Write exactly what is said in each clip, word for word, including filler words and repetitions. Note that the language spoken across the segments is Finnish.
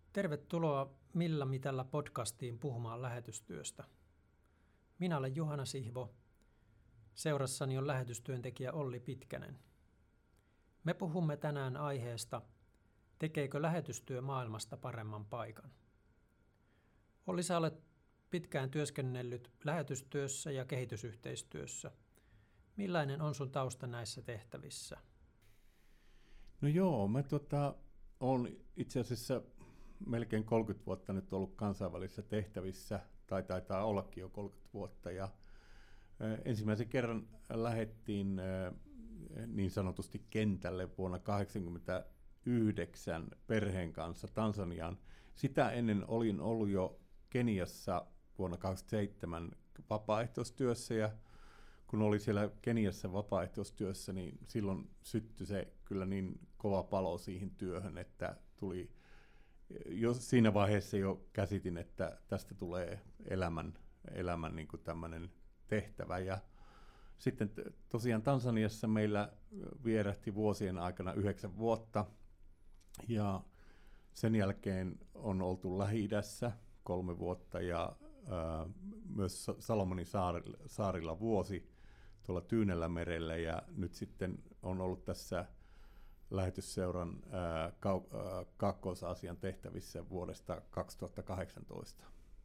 Tervetuloa Millä mitellä podcastiin puhumaan lähetystyöstä. Minä olen Juhana Sihvo. Seurassani on lähetystyöntekijä Olli Pitkänen. Me puhumme tänään aiheesta, tekeekö lähetystyö maailmasta paremman paikan. Olli, sä olet pitkään työskennellyt lähetystyössä ja kehitysyhteistyössä. Millainen on sun tausta näissä tehtävissä? No joo, mä tota, olen itse asiassa melkein kolmekymmentä vuotta nyt ollut kansainvälisissä tehtävissä, tai taitaa ollakin jo kolmekymmentä vuotta, ja ensimmäisen kerran lähdettiin niin sanotusti kentälle vuonna tuhatyhdeksänsataakahdeksankymmentäyhdeksän perheen kanssa Tansaniaan. Sitä ennen olin ollut jo Keniassa vuonna tuhatyhdeksänsataakahdeksankymmentäseitsemän vapaaehtoistyössä, ja kun oli siellä Keniassa vapaaehtoistyössä, niin silloin syttyi se kyllä niin kova palo siihen työhön, että tuli jo siinä vaiheessa jo käsitin, että tästä tulee elämän, elämän niin kuin tämmöinen tehtävä. Ja sitten tosiaan Tansaniassa meillä vierähti vuosien aikana yhdeksän vuotta, ja sen jälkeen on oltu Lähi-idässä kolme vuotta ja ää, myös Salomonin saarilla, saarilla vuosi tuolla Tyynellämerellä, ja nyt sitten on ollut tässä lähetysseuran ää, kau- ää, Kaakkois-Aasian tehtävissä vuodesta kaksituhattakahdeksantoista.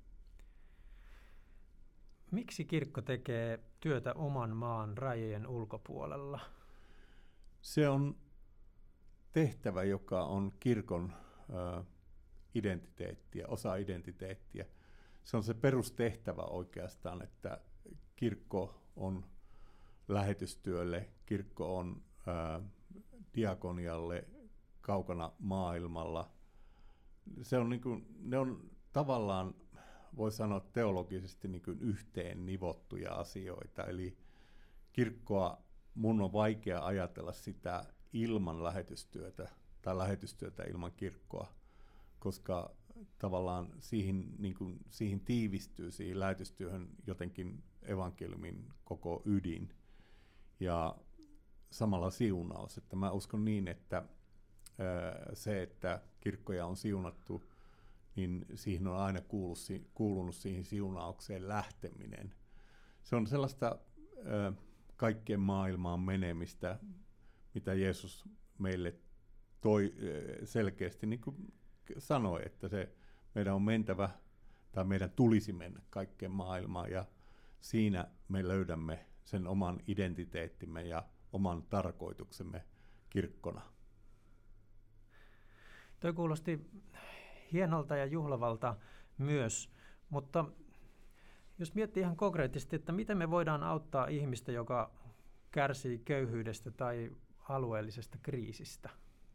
Miksi kirkko tekee työtä oman maan rajojen ulkopuolella? Se on tehtävä, joka on kirkon ää, identiteettiä, osa identiteettiä. Se on se perustehtävä oikeastaan, että kirkko on lähetystyölle, kirkko on ää, diakonialle kaukana maailmalla. Se on niin kuin, ne on tavallaan, voi sanoa teologisesti niin kuin yhteen nivottuja asioita. Eli kirkkoa mun on vaikea ajatella sitä ilman lähetystyötä tai lähetystyötä ilman kirkkoa, koska tavallaan siihen, niin kuin, siihen tiivistyy siihen lähetystyöhön jotenkin evankeliumin koko ydin. Ja samalla siunaus, että mä uskon niin, että se, että kirkkoja on siunattu, niin siihen on aina kuulunut siihen siunaukseen lähteminen. Se on sellaista kaikkeen maailmaan menemistä, mitä Jeesus meille toi selkeästi niin kuin sanoi, että se meidän on mentävä, tai meidän tulisi mennä kaikkeen maailmaan, ja siinä me löydämme sen oman identiteettimme ja oman tarkoituksemme kirkkona. Toi kuulosti hienolta ja juhlavalta myös, mutta jos miettii ihan konkreettisesti, että miten me voidaan auttaa ihmistä, joka kärsii köyhyydestä tai alueellisesta kriisistä?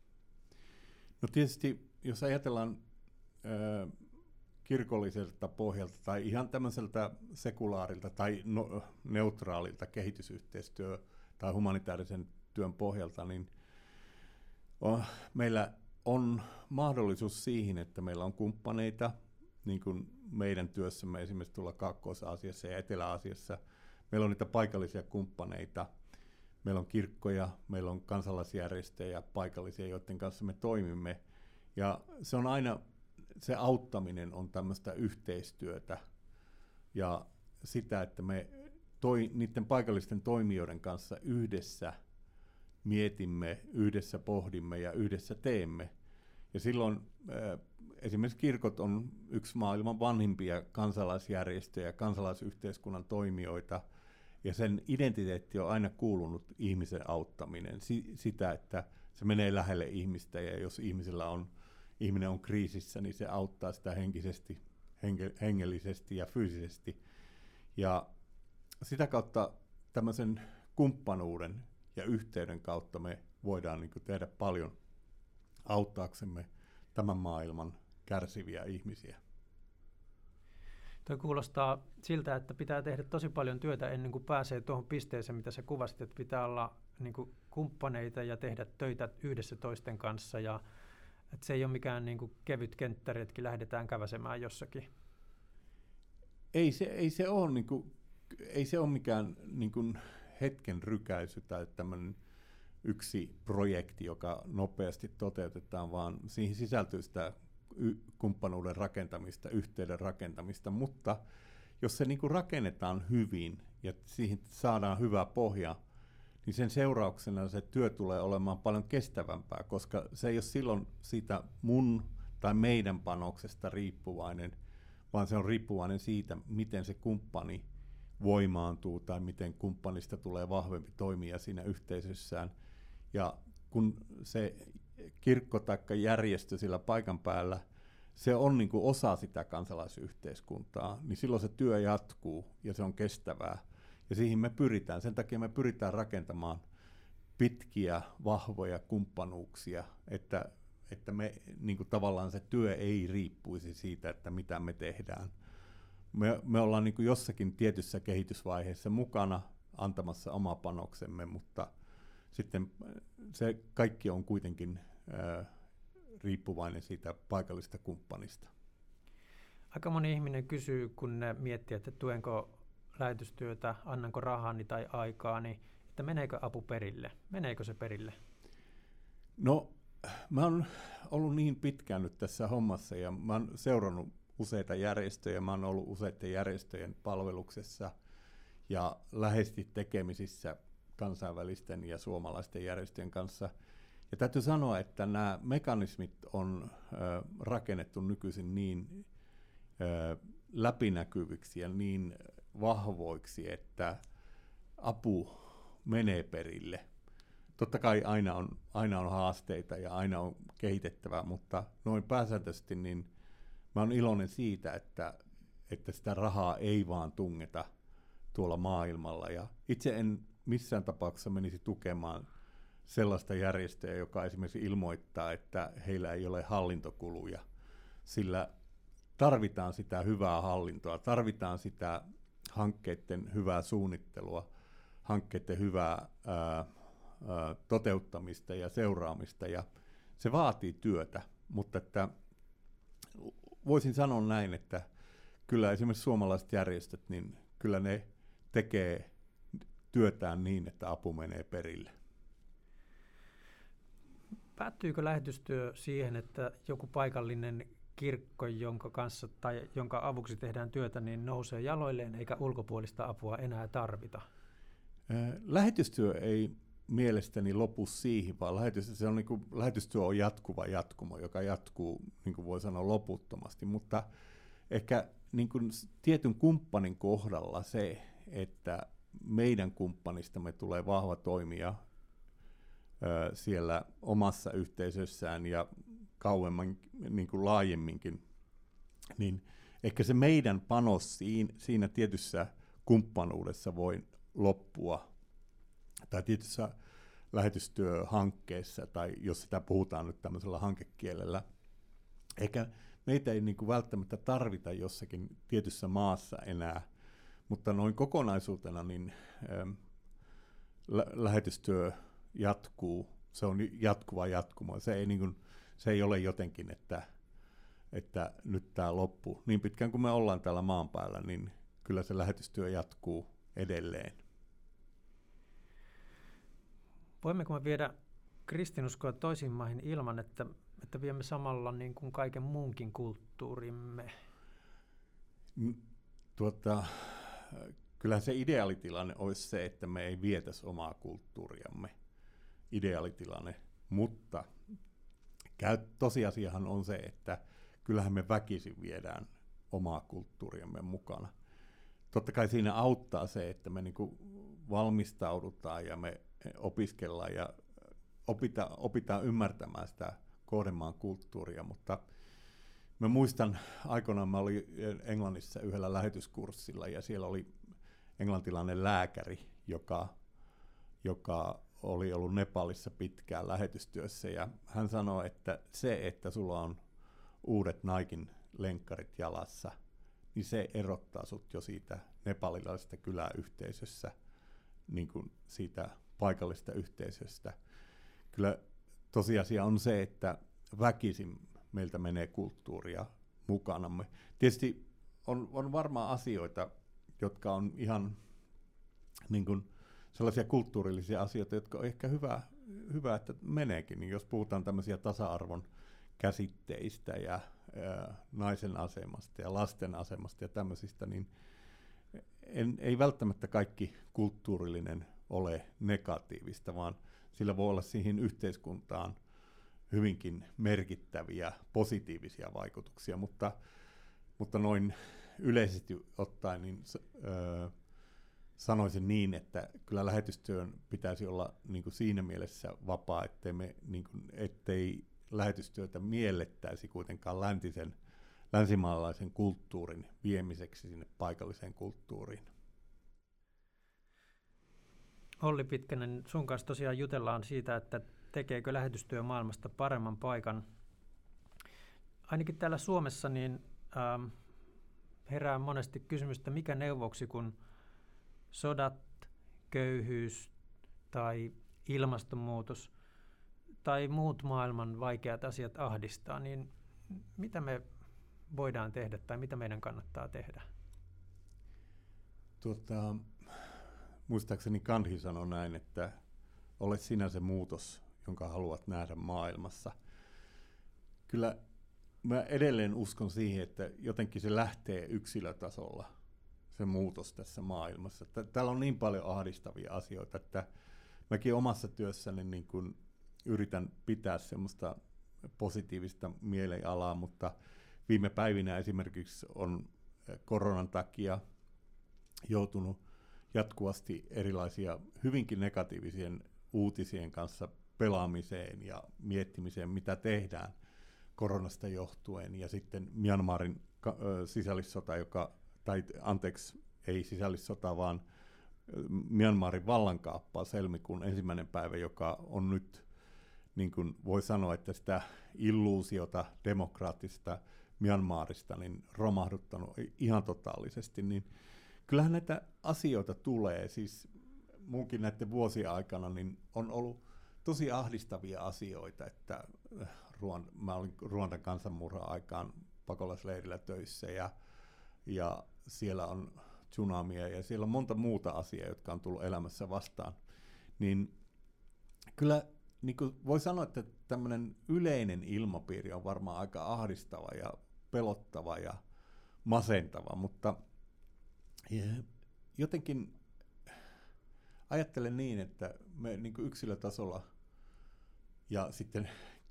No tietysti, jos ajatellaan ö, kirkolliselta pohjalta tai ihan tämmöiseltä sekulaarilta tai no, neutraalilta kehitysyhteistyö- tai humanitaarisen työn pohjalta, niin oh, meillä on mahdollisuus siihen, että meillä on kumppaneita, niin kuin meidän työssämme esimerkiksi tuolla Kaakkois-Aasiassa ja Etelä-Aasiassa. Meillä on niitä paikallisia kumppaneita, meillä on kirkkoja, meillä on kansalaisjärjestöjä paikallisia, joiden kanssa me toimimme. Ja se on aina, se auttaminen on tämmöistä yhteistyötä ja sitä, että me toi, niiden paikallisten toimijoiden kanssa yhdessä mietimme, yhdessä pohdimme ja yhdessä teemme. Ja silloin äh, esimerkiksi kirkot on yksi maailman vanhimpia kansalaisjärjestöjä, kansalaisyhteiskunnan toimijoita, ja sen identiteetti on aina kuulunut ihmisen auttaminen, si- sitä, että se menee lähelle ihmistä, ja jos ihmisellä on, ihminen on kriisissä, niin se auttaa sitä henkisesti, henge- hengellisesti ja fyysisesti. Ja sitä kautta tämmöisen kumppanuuden ja yhteyden kautta me voidaan niin kuin tehdä paljon auttaaksemme tämän maailman kärsiviä ihmisiä. Tuo kuulostaa siltä, että pitää tehdä tosi paljon työtä ennen kuin pääsee tuohon pisteeseen, mitä sä kuvasit, että pitää olla niin kuin kumppaneita ja tehdä töitä yhdessä toisten kanssa, ja että se ei ole mikään niin kuin kevyt kenttäretki, lähdetään käväsemään jossakin. Ei se, ei se ole, niin kuin, ei se ole mikään niin kuin hetken rykäisy tai tämmöinen yksi projekti, joka nopeasti toteutetaan, vaan siihen sisältyy sitä y- kumppanuuden rakentamista, yhteyden rakentamista, mutta jos se niin kuin rakennetaan hyvin ja siihen saadaan hyvä pohja, niin sen seurauksena se työ tulee olemaan paljon kestävämpää, koska se ei ole silloin siitä mun tai meidän panoksesta riippuvainen, vaan se on riippuvainen siitä, miten se kumppani voimaantuu tai miten kumppanista tulee vahvempi toimija siinä yhteisössään. Ja kun se kirkko tai järjestö sillä paikan päällä, se on niin kuin osa sitä kansalaisyhteiskuntaa, niin silloin se työ jatkuu ja se on kestävää. Ja siihen me pyritään. Sen takia me pyritään rakentamaan pitkiä, vahvoja kumppanuuksia, että, että me, niin kuin tavallaan se työ ei riippuisi siitä, että mitä me tehdään. Me, me ollaan niin kuin jossakin tietyssä kehitysvaiheessa mukana antamassa oma panoksemme, mutta sitten se kaikki on kuitenkin ää, riippuvainen siitä paikallisesta kumppanista. Aika moni ihminen kysyy, kun ne miettii, että tuenko lähetystyötä, annanko rahani tai aikaani, että meneekö apu perille? Meneekö se perille? No, mä oon ollut niin pitkään nyt tässä hommassa ja mä oon seurannut useita järjestöjä, mä oon ollut useiden järjestöjen palveluksessa ja läheisesti tekemisissä kansainvälisten ja suomalaisten järjestöjen kanssa. Ja täytyy sanoa, että nämä mekanismit on ö, rakennettu nykyisin niin ö, läpinäkyviksi ja niin vahvoiksi, että apu menee perille. Totta kai aina on, aina on haasteita ja aina on kehitettävää, mutta noin pääsääntöisesti niin mä oon iloinen siitä, että, että sitä rahaa ei vaan tungeta tuolla maailmalla. Ja itse en missään tapauksessa menisi tukemaan sellaista järjestöä, joka esimerkiksi ilmoittaa, että heillä ei ole hallintokuluja, sillä tarvitaan sitä hyvää hallintoa, tarvitaan sitä hankkeiden hyvää suunnittelua, hankkeiden hyvää ää, ää, toteuttamista ja seuraamista, ja se vaatii työtä, mutta että voisin sanoa näin, että kyllä esimerkiksi suomalaiset järjestöt, niin kyllä ne tekee työtään niin, että apu menee perille. Päättyykö lähetystyö siihen, että joku paikallinen kirkko, jonka kanssa tai jonka avuksi tehdään työtä, niin nousee jaloilleen eikä ulkopuolista apua enää tarvita? Lähetystyö ei mielestäni lopu siihen, vaan lähetys, se on niin kuin, lähetystyö on jatkuva jatkumo, joka jatkuu, niin kuin voi sanoa, loputtomasti, mutta ehkä niin kuin tietyn kumppanin kohdalla se, että meidän kumppanistamme tulee vahva toimija ö, siellä omassa yhteisössään ja kauemman, niin kuin laajemminkin, niin ehkä se meidän panos siinä, siinä tietyssä kumppanuudessa voi loppua, tai tietyssä lähetystyöhankkeessa, tai jos sitä puhutaan nyt tämmöisellä hankekielellä. Eikä meitä ei niin kuin välttämättä tarvita jossakin tietyssä maassa enää, mutta noin kokonaisuutena niin ähm, lä- lähetystyö jatkuu, se on jatkuva jatkumo. Se ei, niin kuin, se ei ole jotenkin, että, että nyt tämä loppuu. Niin pitkään kuin me ollaan täällä maan päällä, niin kyllä se lähetystyö jatkuu edelleen. Voimmeko me viedä kristinuskoa toisiin maihin ilman, että, että viemme samalla niin kuin kaiken muunkin kulttuurimme? Tuota, kyllähän se ideaalitilanne olisi se, että me ei vietäisi omaa kulttuuriamme. Ideaalitilanne, mutta tosiasiahan on se, että kyllähän me väkisin viedään omaa kulttuuriamme mukana. Totta kai siinä auttaa se, että me niinku valmistaudutaan ja me opiskellaan ja opita, opitaan ymmärtämään sitä kohdemaan kulttuuria, mutta mä muistan aikoinaan, mä olin Englannissa yhdellä lähetyskurssilla ja siellä oli englantilainen lääkäri, joka, joka oli ollut Nepalissa pitkään lähetystyössä ja hän sanoi, että se, että sulla on uudet Niken lenkkarit jalassa, niin se erottaa sut jo siitä nepalilaisesta kyläyhteisössä, niin kuin siitä paikallisesta yhteisöstä. Kyllä tosiasia on se, että väkisin meiltä menee kulttuuria mukanamme. Tietysti on, on varmaan asioita, jotka on ihan niin kuin sellaisia kulttuurillisia asioita, jotka on ehkä hyvä, hyvä että meneekin. Niin jos puhutaan tämmöisiä tasa-arvon käsitteistä ja ää, naisen asemasta ja lasten asemasta ja tämmöisistä, niin en, ei välttämättä kaikki kulttuurillinen ole negatiivista, vaan sillä voi olla siihen yhteiskuntaan hyvinkin merkittäviä positiivisia vaikutuksia, mutta, mutta noin yleisesti ottaen niin öö, sanoisin niin, että kyllä lähetystyön pitäisi olla niin kuin siinä mielessä vapaa, ettei, me, niin kuin, ettei lähetystyötä miellettäisi kuitenkaan läntisen, länsimaalaisen kulttuurin viemiseksi sinne paikalliseen kulttuuriin. Olli Pitkänen, sun kanssa tosiaan jutellaan siitä, että tekeekö lähetystyö maailmasta paremman paikan. Ainakin täällä Suomessa niin ähm, herää monesti kysymystä, mikä neuvoksi, kun sodat, köyhyys tai ilmastonmuutos tai muut maailman vaikeat asiat ahdistaa, niin mitä me voidaan tehdä tai mitä meidän kannattaa tehdä? Tuota, muistaakseni Gandhi sanoi näin, että ole sinä se muutos, jonka haluat nähdä maailmassa. Kyllä mä edelleen uskon siihen, että jotenkin se lähtee yksilötasolla, se muutos tässä maailmassa. Täällä on niin paljon ahdistavia asioita, että mäkin omassa työssäni niin kun yritän pitää semmoista positiivista mielialaa, mutta viime päivinä esimerkiksi on koronan takia joutunut jatkuvasti erilaisia hyvinkin negatiivisien uutisien kanssa pelaamiseen ja miettimiseen, mitä tehdään koronasta johtuen. Ja sitten Myanmarin sisällissota, joka, tai anteeksi, ei sisällissota, vaan Myanmarin vallankaappaus helmikuun ensimmäinen päivä, joka on nyt, niin kuin voi sanoa, että sitä illuusiota demokraattista Myanmarista niin romahduttanut ihan totaalisesti, niin kyllähän näitä asioita tulee, siis munkin näiden vuosien aikana niin on ollut tosi ahdistavia asioita, että Ruand, mä olin Ruandan kansanmurhan aikaan pakolaisleirillä töissä ja, ja siellä on tsunamia ja siellä on monta muuta asiaa, jotka on tullut elämässä vastaan, niin kyllä niin kuin voi sanoa, että tämmöinen yleinen ilmapiiri on varmaan aika ahdistava ja pelottava ja masentava, mutta jotenkin ajattelen niin, että me niin kuin yksilötasolla ja sitten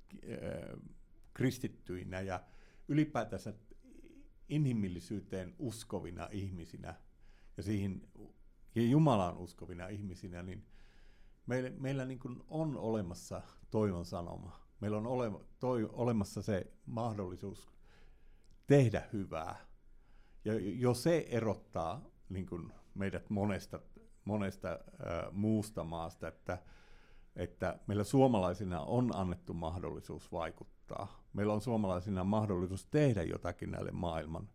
äh, kristittyinä ja ylipäätänsä inhimillisyyteen uskovina ihmisinä ja siihen ja Jumalaan uskovina ihmisinä, niin meillä, meillä niin kuin on olemassa toivon sanoma. Meillä on ole, toi, olemassa se mahdollisuus tehdä hyvää. Ja jo se erottaa niin kuin meidät monesta, monesta äh, muusta maasta, että, että meillä suomalaisina on annettu mahdollisuus vaikuttaa. Meillä on suomalaisina mahdollisuus tehdä jotakin näille maailman,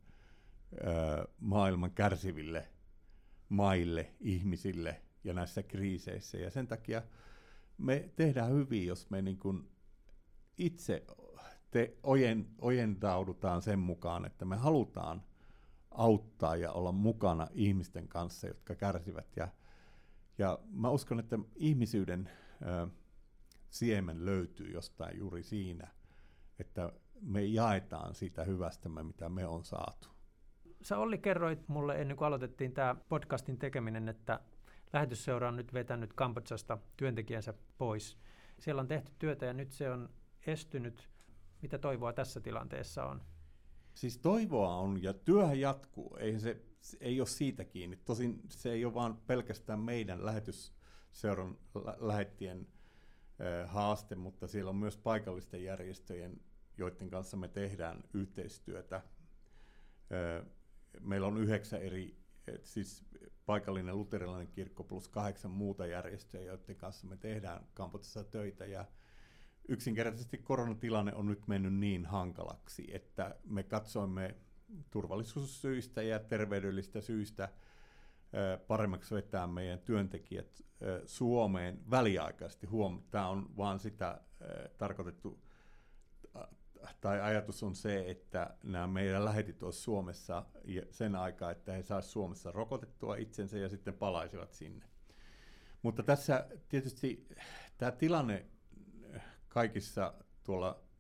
äh, maailman kärsiville maille, ihmisille ja näissä kriiseissä. Ja sen takia me tehdään hyvin, jos me niin kuin itse te ojen, ojentaudutaan sen mukaan, että me halutaan auttaa ja olla mukana ihmisten kanssa, jotka kärsivät. Ja, ja mä uskon, että ihmisyyden ö, siemen löytyy jostain juuri siinä, että me jaetaan siitä hyvästämme, mitä me on saatu. Sä Olli kerroit mulle ennen kuin aloitettiin tämä podcastin tekeminen, että lähetysseura on nyt vetänyt Kambodsasta työntekijänsä pois. Siellä on tehty työtä ja nyt se on estynyt. Mitä toivoa tässä tilanteessa on? Siis toivoa on ja työhän jatkuu, ei se ei ole siitä kiinni. Tosin se ei ole vaan pelkästään meidän lähetysseuran lä- lähettien äh, haaste, mutta siellä on myös paikallisten järjestöjen, joiden kanssa me tehdään yhteistyötä. Äh, meillä on yhdeksän eri, et siis paikallinen luterilainen kirkko plus kahdeksan muuta järjestöä, joiden kanssa me tehdään Kambodsassa töitä. Ja yksinkertaisesti koronatilanne on nyt mennyt niin hankalaksi, että me katsoimme turvallisuussyistä ja terveydellistä syistä paremmaksi vetää meidän työntekijät Suomeen väliaikaisesti. Huom, tämä on vaan sitä tarkoitettu, tai ajatus on se, että nämä meidän lähetit olisi Suomessa sen aikaa, että he saisivat Suomessa rokotettua itsensä ja sitten palaisivat sinne. Mutta tässä tietysti tämä tilanne kaikissa tuolla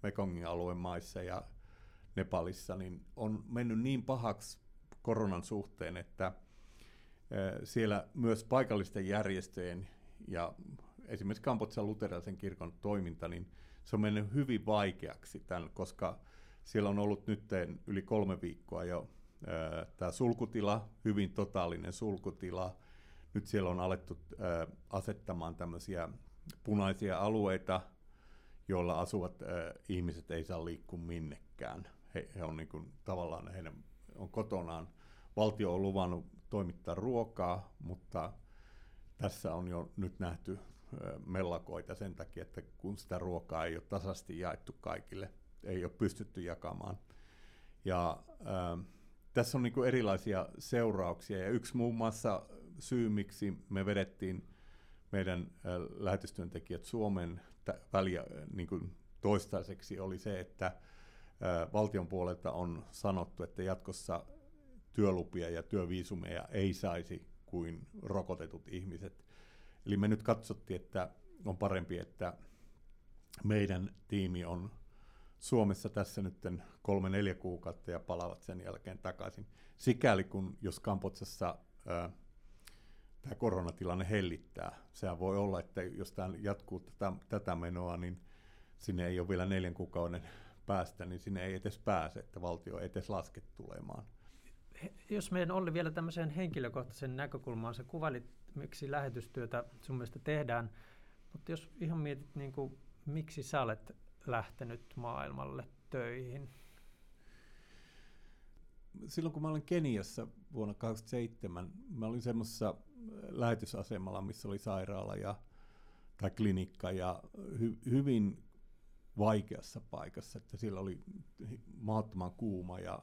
Mekongin alueen maissa ja Nepalissa, niin on mennyt niin pahaksi koronan suhteen, että siellä myös paikallisten järjestöjen ja esimerkiksi Kambodžan luterilaisen kirkon toiminta, niin se on mennyt hyvin vaikeaksi, tämän, koska siellä on ollut nyt yli kolme viikkoa jo tämä sulkutila, hyvin totaalinen sulkutila. Nyt siellä on alettu ää, asettamaan tämmöisiä punaisia alueita, joilla asuvat ää, ihmiset ei saa liikkua minnekään. He, he on niin kuin, tavallaan heidän on kotonaan. Valtio on luvannut toimittaa ruokaa, mutta tässä on jo nyt nähty ää, mellakoita sen takia, että kun sitä ruokaa ei ole tasaisesti jaettu kaikille, ei ole pystytty jakamaan. Ja ää, tässä on niin kuin erilaisia seurauksia, ja yksi muun muassa syy, miksi me vedettiin meidän äh, lähetystyöntekijät Suomen t- väliä niin kuin toistaiseksi, oli se, että äh, valtion puolelta on sanottu, että jatkossa työlupia ja työviisumeja ei saisi kuin rokotetut ihmiset. Eli me nyt katsottiin, että on parempi, että meidän tiimi on Suomessa tässä nyt kolme neljä kuukautta ja palaavat sen jälkeen takaisin. Sikäli kun jos Kambodžassa ää, tämä koronatilanne hellittää, sehän voi olla, että jos tämä jatkuu tätä, tätä menoa, niin sinne ei ole vielä neljän kuukauden päästä, niin sinne ei edes pääse, että valtio ei edes laske tulemaan. Jos meidän Olli vielä tämmöiseen henkilökohtaisen näkökulmaan, sä kuvailit, miksi lähetystyötä sun mielestä tehdään, mutta jos ihan mietit, niin kuin, miksi sä olet lähtenyt maailmalle töihin? Silloin kun mä olin Keniassa vuonna kaksituhattaseitsemän, mä olin semmoisessa lähetysasemalla, missä oli sairaala ja, tai klinikka ja hy, hyvin vaikeassa paikassa, että siellä oli mahdottoman kuuma ja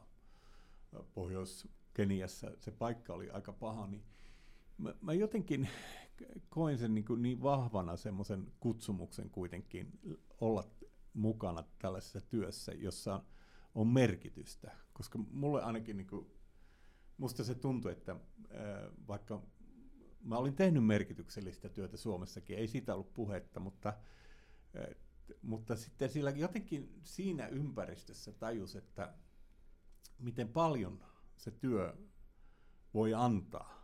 Pohjois-Keniassa se paikka oli aika paha, niin mä, mä jotenkin koin sen niin, kuin niin vahvana semmoisen kutsumuksen kuitenkin olla mukana tällaisessa työssä, jossa on merkitystä, koska mulle ainakin niin kuin, musta se tuntui, että ää, vaikka mä olin tehnyt merkityksellistä työtä Suomessakin, ei siitä ollut puhetta, mutta, ää, mutta sitten sillä jotenkin siinä ympäristössä tajus, että miten paljon se työ voi antaa.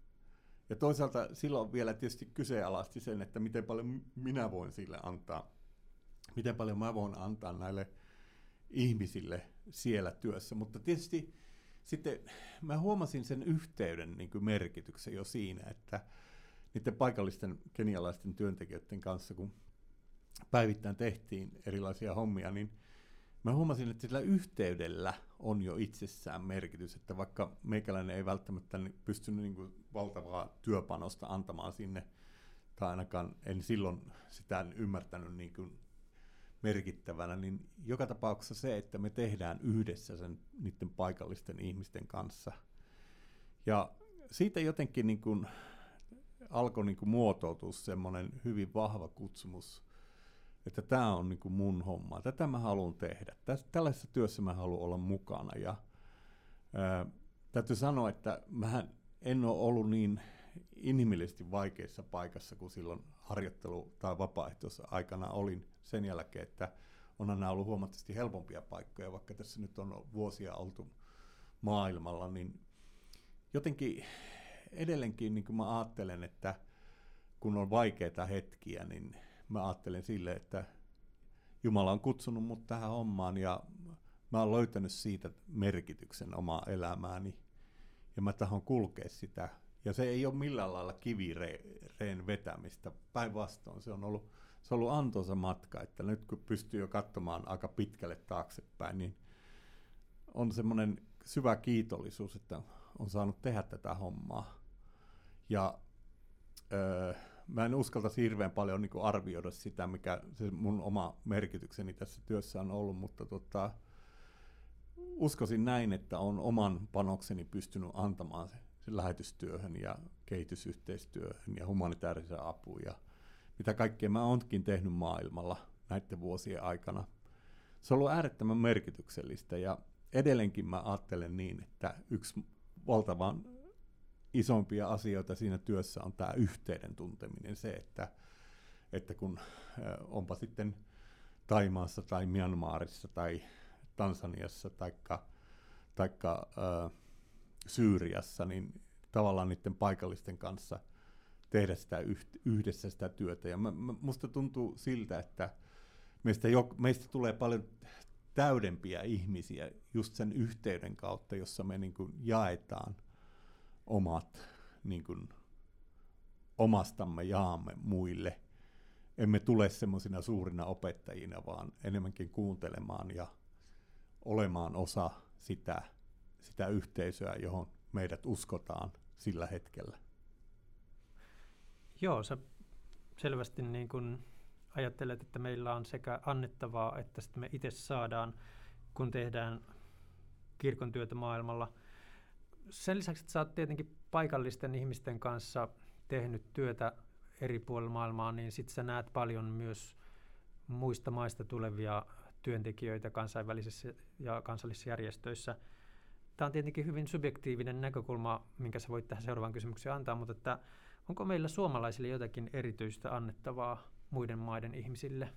Ja toisaalta silloin vielä tietysti kyseenalaisti sen, että miten paljon minä voin sille antaa, miten paljon mä voin antaa näille ihmisille siellä työssä. Mutta tietysti sitten mä huomasin sen yhteyden niin kuin merkityksen jo siinä, että niiden paikallisten kenialaisten työntekijöiden kanssa, kun päivittäin tehtiin erilaisia hommia, niin mä huomasin, että sillä yhteydellä on jo itsessään merkitys, että vaikka meikäläinen ei välttämättä pystynyt niin kuin valtavaa työpanosta antamaan sinne, tai ainakaan en silloin sitä ymmärtänyt niin kuin merkittävänä, niin joka tapauksessa se, että me tehdään yhdessä sen niiden paikallisten ihmisten kanssa. Ja siitä jotenkin niin kuin alkoi niin kuin muotoutua semmoinen hyvin vahva kutsumus, että tämä on niin kuin mun homma, tätä mä haluan tehdä, Täs, tällaisessa työssä mä haluan olla mukana. Ja ää, täytyy sanoa, että mä en ole ollut niin inhimillisesti vaikeassa paikassa kuin silloin harjoittelu- tai vapaaehtoisaikana olin sen jälkeen, että onhan nämä ollut huomattavasti helpompia paikkoja, vaikka tässä nyt on vuosia oltu maailmalla, niin jotenkin edelleenkin niin kuin mä ajattelen, että kun on vaikeita hetkiä, niin mä ajattelen sille, että Jumala on kutsunut mut tähän hommaan ja mä oon löytänyt siitä merkityksen omaa elämääni ja mä tahdon kulkea sitä. Ja se ei ole millään lailla kivireen vetämistä, päinvastoin se on ollut, se on ollut antoisa matka, että nyt kun pystyy jo katsomaan aika pitkälle taaksepäin, niin on semmoinen syvä kiitollisuus, että on saanut tehdä tätä hommaa. Ja öö, mä en uskaltaisi hirveän paljon niin kuin arvioida sitä, mikä se mun oma merkitykseni tässä työssä on ollut, mutta tota, uskoisin näin, että on oman panokseni pystynyt antamaan se, se lähetystyöhön ja kehitysyhteistyöhön ja humanitaariseen apuun ja mitä kaikkea mä oonkin tehnyt maailmalla näiden vuosien aikana. Se on ollut äärettömän merkityksellistä ja edelleenkin mä ajattelen niin, että yksi valtavan isompia asioita siinä työssä on tämä yhteyden tunteminen, se, että, että kun onpa sitten Thaimaassa tai Myanmarissa tai Tansaniassa taikka, taikka äh, Syyriassa, niin tavallaan niiden paikallisten kanssa tehdä sitä yhdessä sitä työtä. Ja mä, mä, musta tuntuu siltä, että meistä, jo, meistä tulee paljon täydempiä ihmisiä just sen yhteyden kautta, jossa me niin kuin jaetaan omat, niin kuin, omastamme jaamme muille. Emme tule semmoisina suurina opettajina, vaan enemmänkin kuuntelemaan ja olemaan osa sitä, sitä yhteisöä, johon meidät uskotaan sillä hetkellä. Joo, sä selvästi niin kun ajattelet, että meillä on sekä annettavaa, että sitten me itse saadaan, kun tehdään kirkon työtä maailmalla. Sen lisäksi, että sä oot tietenkin paikallisten ihmisten kanssa tehnyt työtä eri puolilla maailmaa, niin sitten sä näet paljon myös muista maista tulevia työntekijöitä kansainvälisissä ja kansallisissa järjestöissä. Tämä on tietenkin hyvin subjektiivinen näkökulma, minkä sä voit tähän seuraavaan kysymykseen antaa, mutta että onko meillä suomalaisille jotakin erityistä annettavaa muiden maiden ihmisille?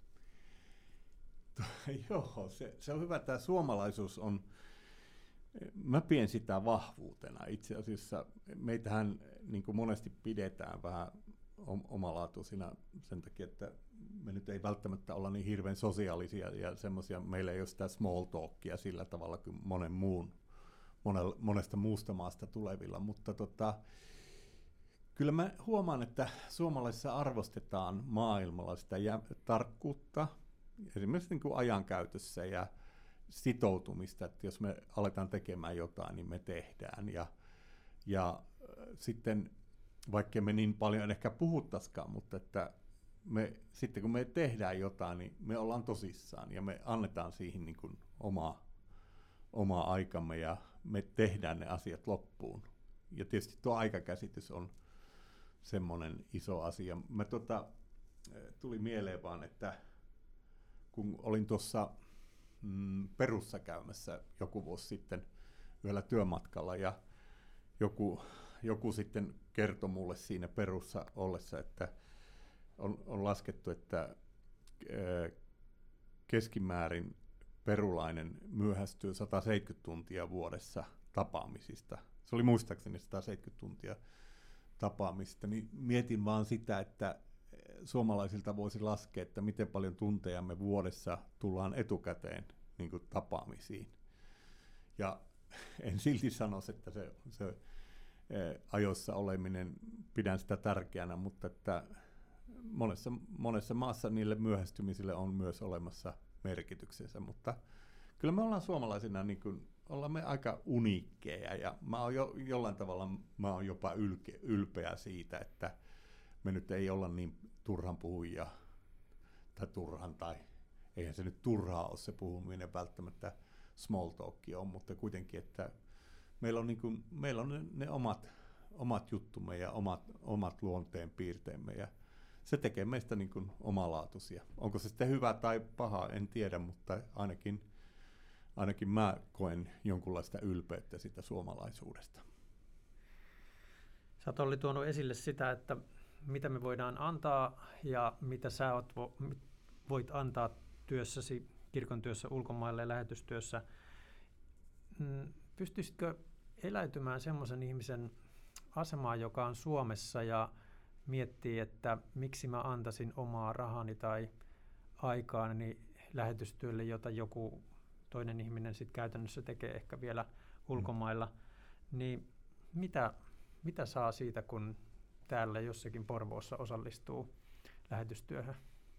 Joo, se, se on hyvä. Tämä suomalaisuus on, mä pidän sitä vahvuutena. Itse asiassa meitähän niin kuin monesti pidetään vähän omalaatuisina sen takia, että me nyt ei välttämättä olla niin hirveän sosiaalisia ja semmoisia, meillä ei ole sitä small talkia sillä tavalla kuin monen muun, monesta muusta maasta tulevilla, mutta tota, kyllä mä huomaan, että suomalaisissa arvostetaan maailmalla sitä jä- tarkkuutta, esimerkiksi niin kuin ajankäytössä ja sitoutumista, että jos me aletaan tekemään jotain, niin me tehdään. Ja, ja sitten, vaikka me niin paljon ehkä puhuttaisikaan, mutta että me, sitten kun me tehdään jotain, niin me ollaan tosissaan ja me annetaan siihen niin kuin oma, oma aikamme ja me tehdään ne asiat loppuun. Ja tietysti tuo aikakäsitys on semmoinen iso asia. Mä tota, tuli mieleen vaan, että kun olin tuossa mm, Perussa käymässä joku vuosi sitten yhdellä työmatkalla ja joku, joku sitten kertoi mulle siinä Perussa ollessa, että on, on laskettu, että keskimäärin perulainen myöhästyy sata seitsemänkymmentä tuntia vuodessa tapaamisista. Se oli muistaakseni sata seitsemänkymmentä tuntia tapaamista, niin mietin vaan sitä, että suomalaisilta voisi laskea, että miten paljon tunteja me vuodessa tullaan etukäteen niin kuin tapaamisiin. Ja en silti sanoisi, että se, se ajoissa oleminen, pidän sitä tärkeänä, mutta että monessa, monessa maassa niille myöhästymisille on myös olemassa merkityksensä, mutta kyllä me ollaan suomalaisina, niin kuin, ollaan me aika uniikkeja ja mä oon jo, jollain tavalla mä oon jopa ylke, ylpeä siitä, että me nyt ei olla niin turhan puhujia tai turhan tai eihän se nyt turhaa ole se puhuminen välttämättä small talkia on, mutta kuitenkin, että meillä on, niin kuin, meillä on ne, ne omat, omat juttumme ja omat, omat luonteen piirteemme ja se tekee meistä niin kuin omalaatuisia. Onko se sitten hyvä tai paha, en tiedä, mutta ainakin, ainakin mä koen jonkunlaista ylpeyttä sitä suomalaisuudesta. Sä oot Olli tuonut esille sitä, että mitä me voidaan antaa ja mitä sä oot, voit antaa työssäsi, kirkon työssä, ulkomaille ja lähetystyössä. Pystyisitkö eläytymään semmoisen ihmisen asemaan, joka on Suomessa ja miettii, että miksi mä antaisin omaa rahani tai aikaani lähetystyölle, jota joku toinen ihminen sitten käytännössä tekee ehkä vielä ulkomailla, mm. niin mitä, mitä saa siitä, kun täällä jossakin Porvoossa osallistuu lähetystyöhön?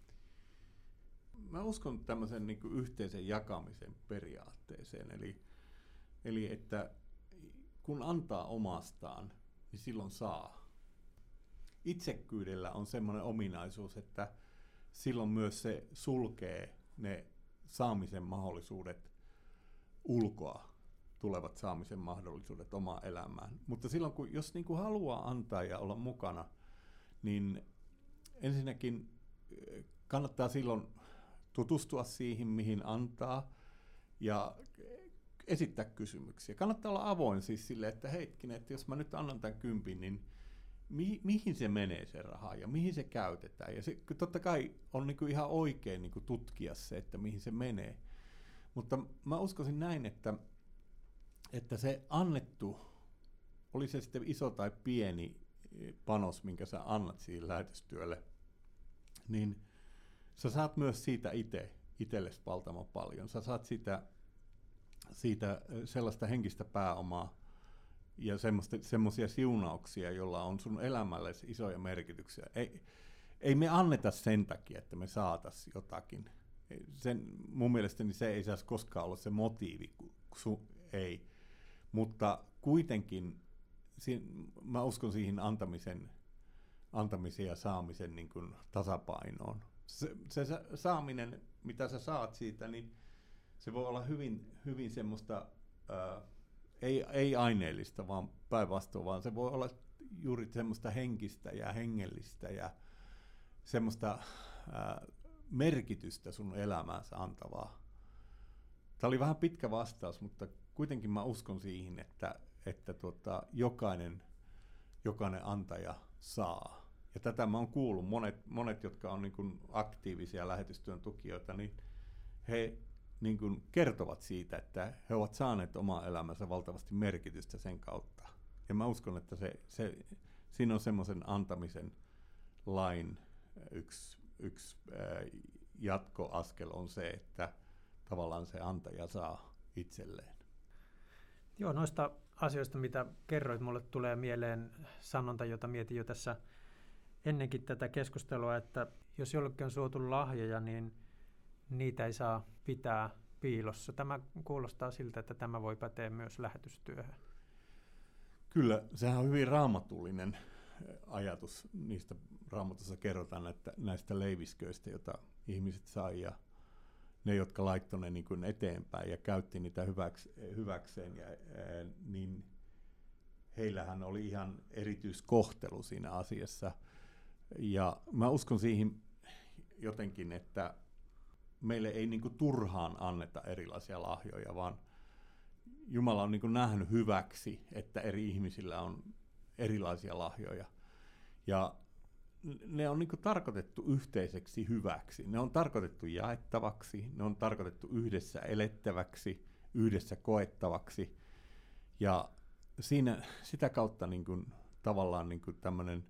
Mä uskon tämmöisen niin kuin yhteisen jakamisen periaatteeseen, eli, eli että kun antaa omastaan, niin silloin saa. Itsekkyydellä on semmoinen ominaisuus, että silloin myös se sulkee ne saamisen mahdollisuudet ulkoa, tulevat saamisen mahdollisuudet omaan elämään. Mutta silloin, kun, jos niin kuin haluaa antaa ja olla mukana, niin ensinnäkin kannattaa silloin tutustua siihen, mihin antaa ja esittää kysymyksiä. Kannattaa olla avoin siis sille, että heitkinen, että jos mä nyt annan tämän kympin, niin mi, mihin se menee se raha ja mihin se käytetään. Ja se totta kai on niin kuin ihan oikein niin kuin tutkia se, että mihin se menee. Mutta mä uskoisin näin, että, että se annettu, oli se sitten iso tai pieni panos, minkä sä annat siihen lähetystyölle, niin sä saat myös siitä itse, itsellesi valtavan paljon. Sä saat siitä, siitä sellaista henkistä pääomaa ja semmoisia siunauksia, joilla on sun elämällesi isoja merkityksiä. Ei, ei me anneta sen takia, että me saataisiin jotakin. Sen, mun mielestäni se ei saisi koskaan olla se motiivi, su, ei. Mutta kuitenkin si, mä uskon siihen antamisen, antamisen ja saamisen niin kuin tasapainoon. Se, se saaminen, mitä sä saat siitä, niin se voi olla hyvin, hyvin semmoista, ää, ei, ei aineellista, vaan päinvastoin, vaan se voi olla juuri semmoista henkistä ja hengellistä ja semmoista ää, merkitystä sun elämäänsä antavaa. Tämä oli vähän pitkä vastaus, mutta kuitenkin mä uskon siihen, että, että tota, jokainen, jokainen antaja saa. Ja tätä mä oon kuullut, monet, monet jotka on niin kuin aktiivisia lähetystyön tukijoita, niin he niin kuin kertovat siitä, että he ovat saaneet omaa elämänsä valtavasti merkitystä sen kautta. Ja mä uskon, että se, se, siinä on semmoisen antamisen lain yksi, yksi ää, jatkoaskel on se, että tavallaan se antaja saa itselleen. Joo, noista asioista, mitä kerroit, mulle tulee mieleen sanonta, jota mietin jo tässä ennenkin tätä keskustelua, että jos jollekin on suotu lahjoja, niin niitä ei saa pitää piilossa. Tämä kuulostaa siltä, että tämä voi päteä myös lähetystyöhön. Kyllä, sehän on hyvin raamatullinen ajatus. Niistä Raamatussa kerrotaan että näistä leivisköistä, joita ihmiset sai ja ne, jotka laittoi ne niin kuin eteenpäin ja käytti niitä hyväks, hyväkseen, ja, ää, niin heillähän oli ihan erityiskohtelu siinä asiassa. Ja mä uskon siihen jotenkin, että meille ei niin kuin turhaan anneta erilaisia lahjoja, vaan Jumala on niin kuin nähnyt hyväksi, että eri ihmisillä on erilaisia lahjoja. Ja ne on niin kuin tarkoitettu yhteiseksi hyväksi. Ne on tarkoitettu jaettavaksi, ne on tarkoitettu yhdessä elettäväksi, yhdessä koettavaksi. Ja siinä, sitä kautta niin kuin, tavallaan niin kuin tämmöinen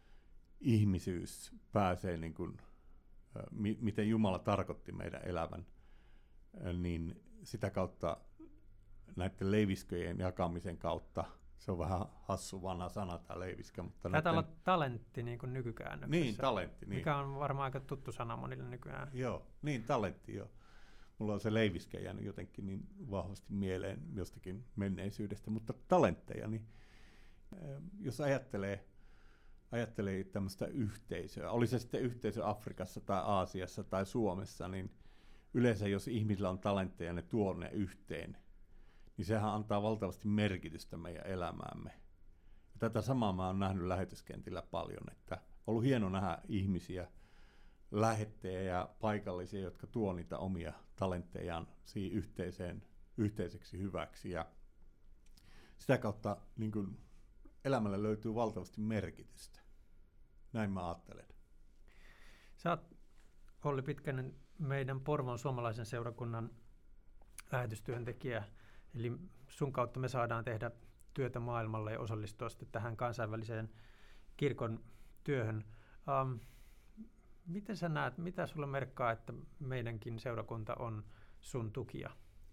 ihmisyys pääsee, niin kuin, mi- miten Jumala tarkoitti meidän elävän, niin sitä kautta näiden leivisköjen jakamisen kautta, se on vähän hassu vanha sana tämä leiviskä. Mutta Taitaa näiden... olla talentti niin kuin nykykäännöksessä. Niin, talentti. Niin. Mikä on varmaan aika tuttu sana monille nykyään. Joo, niin talentti joo. Mulla on se leiviskä jäänyt jotenkin niin vahvasti mieleen jostakin menneisyydestä, mutta talentteja, niin jos ajattelee, ajattelee tämmöistä yhteisöä, oli se sitten yhteisö Afrikassa tai Aasiassa tai Suomessa, niin yleensä jos ihmisillä on talentteja ja ne tuo ne yhteen, niin sehän antaa valtavasti merkitystä meidän elämäämme. Ja tätä samaa mä oon nähnyt lähetyskentillä paljon, että on ollut hieno nähdä ihmisiä, lähettejä ja paikallisia, jotka tuo niitä omia talenttejaan siihen yhteiseen, yhteiseksi hyväksi. Ja sitä kautta niin kun elämälle löytyy valtavasti merkitystä. Näin mä ajattelen. Sä oot, Olli Pitkänen, meidän Porvoon suomalaisen seurakunnan lähetystyöntekijä. Eli sun kautta me saadaan tehdä työtä maailmalla ja osallistua sitten tähän kansainväliseen kirkon työhön. Um, miten sä näet, mitä sulle merkkaa, että meidänkin seurakunta on sun tukija?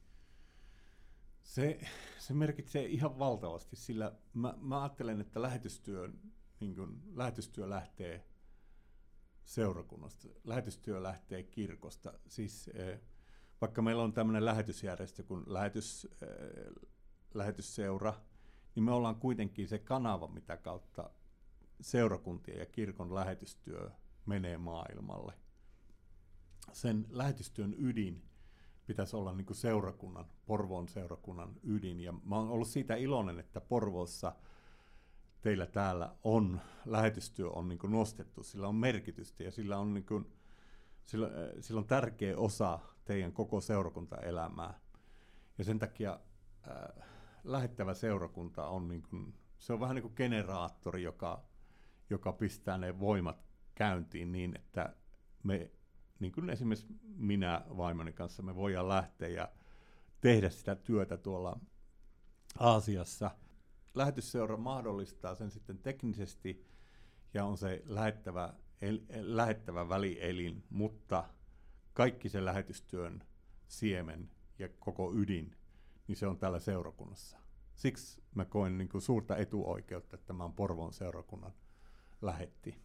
Se, se merkitsee ihan valtavasti, sillä mä, mä ajattelen, että lähetystyö, niin kun, lähetystyö lähtee seurakunnasta, lähetystyö lähtee kirkosta. Siis, eh, vaikka meillä on tämmöinen lähetysjärjestö kuin lähetys, eh, lähetysseura, niin me ollaan kuitenkin se kanava, mitä kautta seurakuntien ja kirkon lähetystyö menee maailmalle. Sen lähetystyön ydin pitäisi olla niin kuin seurakunnan, Porvoon seurakunnan ydin. Ja mä oon ollut siitä iloinen, että Porvoossa teillä täällä on, lähetystyö on niin kuin nostettu, sillä on merkitystä ja sillä on, niin kuin, sillä, sillä on tärkeä osa teidän koko seurakuntaelämää. Ja sen takia äh, lähettävä seurakunta on, niin kuin, se on vähän niin kuin generaattori, joka joka pistää ne voimat käyntiin niin, että me, niin kuin esimerkiksi minä vaimoni kanssa, me voidaan lähteä ja tehdä sitä työtä tuolla Aasiassa. Lähetysseura mahdollistaa sen sitten teknisesti ja on se lähettävä, el, lähettävä välielin, mutta kaikki se lähetystyön siemen ja koko ydin, niin se on täällä seurakunnassa. Siksi mä koen niin kuin suurta etuoikeutta, että mä oon Porvoon seurakunnan lähetti.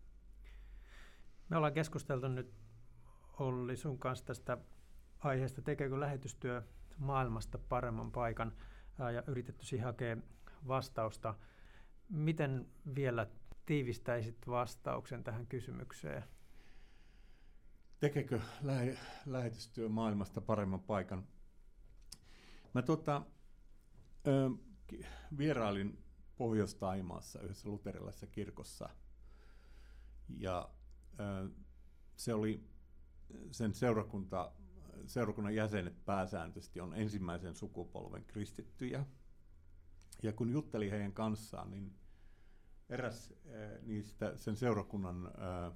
Me ollaan keskusteltu nyt, Olli, sun kanssa tästä aiheesta, tekeekö lähetystyö maailmasta paremman paikan, ja yritetty siihen hakea vastausta. Miten vielä tiivistäisit vastauksen tähän kysymykseen? Tekeekö lähe, lähetystyö maailmasta paremman paikan? Mä tota, ö, vierailin Pohjois-Taimaassa yhdessä luterilaisessa kirkossa, ja ö, se oli sen seurakunta, seurakunnan jäsenet pääsääntöisesti on ensimmäisen sukupolven kristittyjä, ja kun juttelin heidän kanssaan, niin eräs äh, niistä sen seurakunnan äh,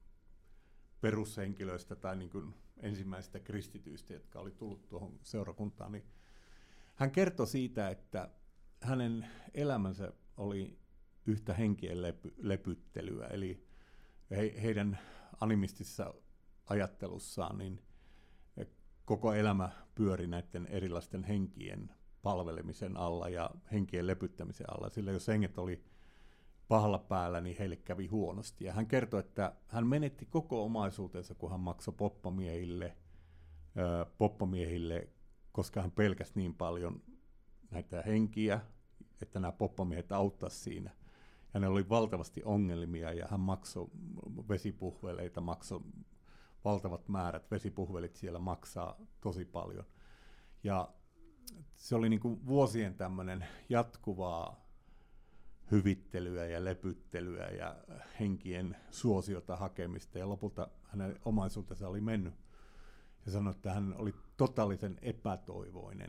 perushenkilöistä tai niin kuin ensimmäisistä kristityistä, jotka oli tullut tuohon seurakuntaan, niin hän kertoi siitä, että hänen elämänsä oli yhtä henkien lepy, lepyttelyä, eli he, heidän animistisessa ajattelussaan niin koko elämä pyöri näiden erilaisten henkien palvelemisen alla ja henkien lepyttämisen alla, sillä jos henget oli pahalla päällä, niin heille kävi huonosti. Ja hän kertoi, että hän menetti koko omaisuutensa, kun hän maksoi poppamiehille, ö, poppamiehille, koska hän pelkäsi niin paljon näitä henkiä, että nämä poppamiehet auttaisivat siinä. Hänellä oli valtavasti ongelmia ja hän maksoi vesipuhveleita, maksoi valtavat määrät, vesipuhvelit siellä maksaa tosi paljon. Ja se oli niin kuin vuosien tämmöinen jatkuvaa hyvittelyä ja lepyttelyä ja henkien suosiota hakemista, ja lopulta hänen omaisuutensa oli mennyt. Ja sanoi, että hän oli totaalisen epätoivoinen.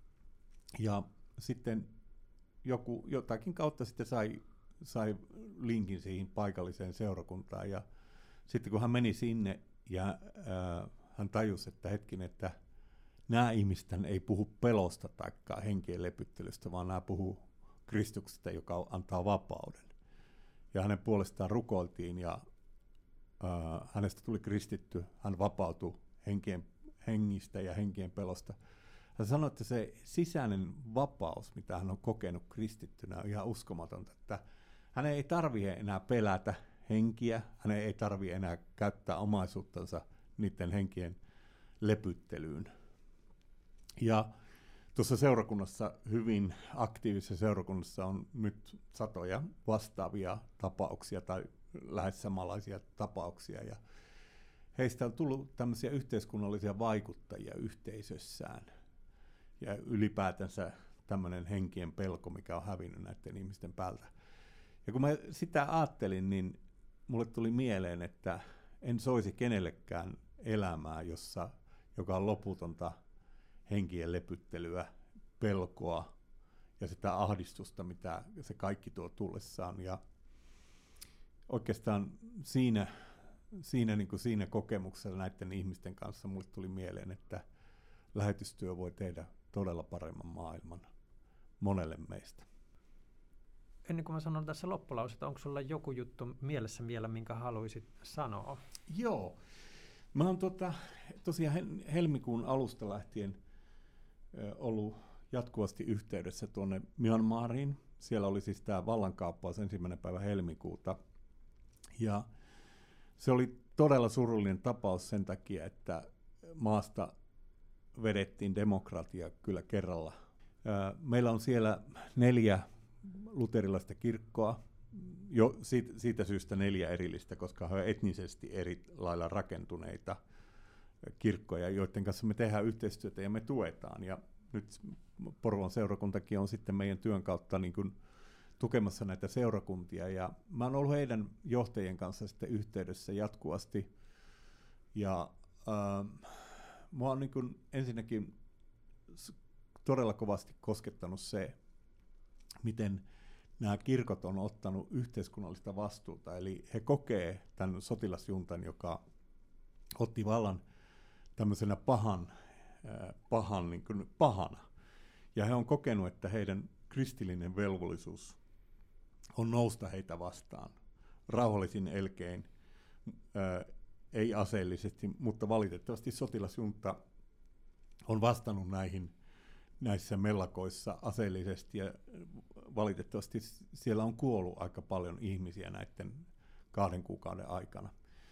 Ja sitten joku, jotakin kautta sitten sai, sai linkin siihen paikalliseen seurakuntaan, ja sitten kun hän meni sinne, ja äh, hän tajusi, että hetkin, että nämä ihmiset ei puhu pelosta tai henkien lepyttelystä, vaan nämä puhuu Kristuksesta, joka antaa vapauden. Ja hänen puolestaan rukoiltiin, ja äh, hänestä tuli kristitty, hän vapautui henkien, hengistä ja henkien pelosta. Hän sanoi, että se sisäinen vapaus, mitä hän on kokenut kristittynä, on ihan uskomatonta, että hän ei tarvitse enää pelätä henkiä, hän ei tarvitse enää käyttää omaisuuttansa niiden henkien lepyttelyyn. Ja tuossa seurakunnassa, hyvin aktiivisessa seurakunnassa, on nyt satoja vastaavia tapauksia tai lähes samanlaisia tapauksia. Ja heistä on tullut tämmöisiä yhteiskunnallisia vaikuttajia yhteisössään. Ja ylipäätänsä tämmöinen henkien pelko, mikä on hävinnyt näiden ihmisten päältä. Ja kun mä sitä ajattelin, niin mulle tuli mieleen, että en soisi kenellekään elämää, jossa, joka on loputonta henkien lepyttelyä, pelkoa ja sitä ahdistusta, mitä se kaikki tuo tullessaan. Ja oikeastaan siinä, siinä, niin kuin siinä kokemuksella näiden ihmisten kanssa mulle tuli mieleen, että lähetystyö voi tehdä todella paremman maailman monelle meistä. Ennen kuin mä sanon tässä loppulausetta, onko sulla joku juttu mielessä vielä, minkä haluaisit sanoa? Joo. Mä oon tota, tosiaan helmikuun alusta lähtien ö, ollut jatkuvasti yhteydessä tuonne Myanmariin. Siellä oli siis tämä vallankaappaus ensimmäinen päivä helmikuuta. Ja se oli todella surullinen tapaus sen takia, että maasta vedettiin demokratia kyllä kerralla. Ö, meillä on siellä neljä luterilaista kirkkoa, jo siitä, siitä syystä neljä erillistä, koska he ovat etnisesti eri lailla rakentuneita kirkkoja, joiden kanssa me tehdään yhteistyötä ja me tuetaan. Ja nyt Porvoon seurakuntakin on sitten meidän työn kautta niin kuin tukemassa näitä seurakuntia. Ja mä oon ollut heidän johtajien kanssa sitten yhteydessä jatkuvasti. Ja äh, mua on niin kuin ensinnäkin todella kovasti koskettanut se, miten nämä kirkot on ottanut yhteiskunnallista vastuuta, eli he kokee tämän sotilasjuntan, joka otti vallan tämmöisenä pahan, äh, pahan, niin kuin pahana. Ja he on kokenut, että heidän kristillinen velvollisuus on nousta heitä vastaan rauhallisin elkein, äh, ei aseellisesti, mutta valitettavasti sotilasjunta on vastannut näihin näissä mellakoissa aseellisesti, ja valitettavasti siellä on kuollut aika paljon ihmisiä näiden kahden kuukauden aikana.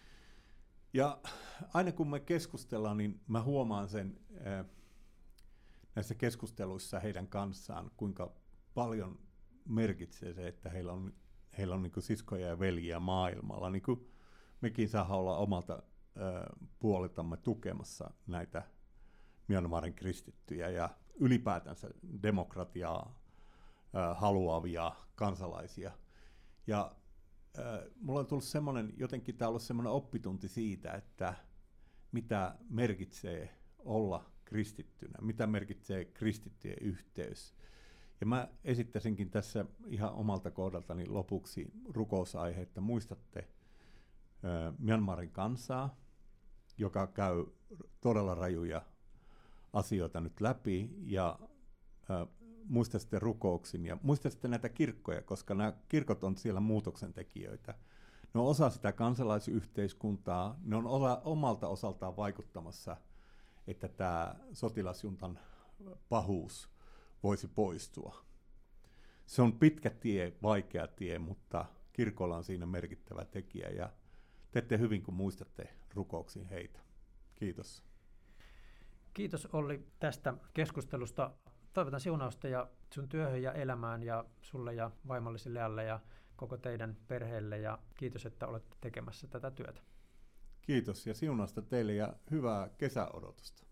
Ja aina kun me keskustellaan, niin mä huomaan sen äh, näissä keskusteluissa heidän kanssaan, kuinka paljon merkitsee se, että heillä on, heillä on niin kuin siskoja ja veljiä maailmalla. Niin kuin mekin saa olla omalta äh, puoleltamme tukemassa näitä Myanmarin kristittyjä ja ylipäätänsä demokratiaa äh, haluavia kansalaisia. Ja äh, mulla on tullut semmoinen, jotenkin tämä on ollut semmoinen oppitunti siitä, että mitä merkitsee olla kristittynä, mitä merkitsee kristittyjen yhteys. Ja mä esittäisinkin tässä ihan omalta kohdaltani lopuksi rukousaihe, että muistatte äh, Myanmarin kansaa, joka käy todella rajuja asioita nyt läpi, ja äh, muistaisitte rukouksin ja muistaisitte näitä kirkkoja, koska nämä kirkot on siellä muutoksen tekijöitä. Ne on osa sitä kansalaisyhteiskuntaa, ne on osa, omalta osaltaan vaikuttamassa, että tämä sotilasjuntan pahuus voisi poistua. Se on pitkä tie, vaikea tie, mutta kirkolla on siinä merkittävä tekijä, ja teette hyvin, kun muistatte rukouksin heitä. Kiitos. Kiitos Olli tästä keskustelusta. Toivotan siunausta ja sun työhön ja elämään ja sulle ja vaimollesi Lealle ja koko teidän perheelle, ja kiitos, että olette tekemässä tätä työtä. Kiitos ja siunausta teille ja hyvää kesäodotusta.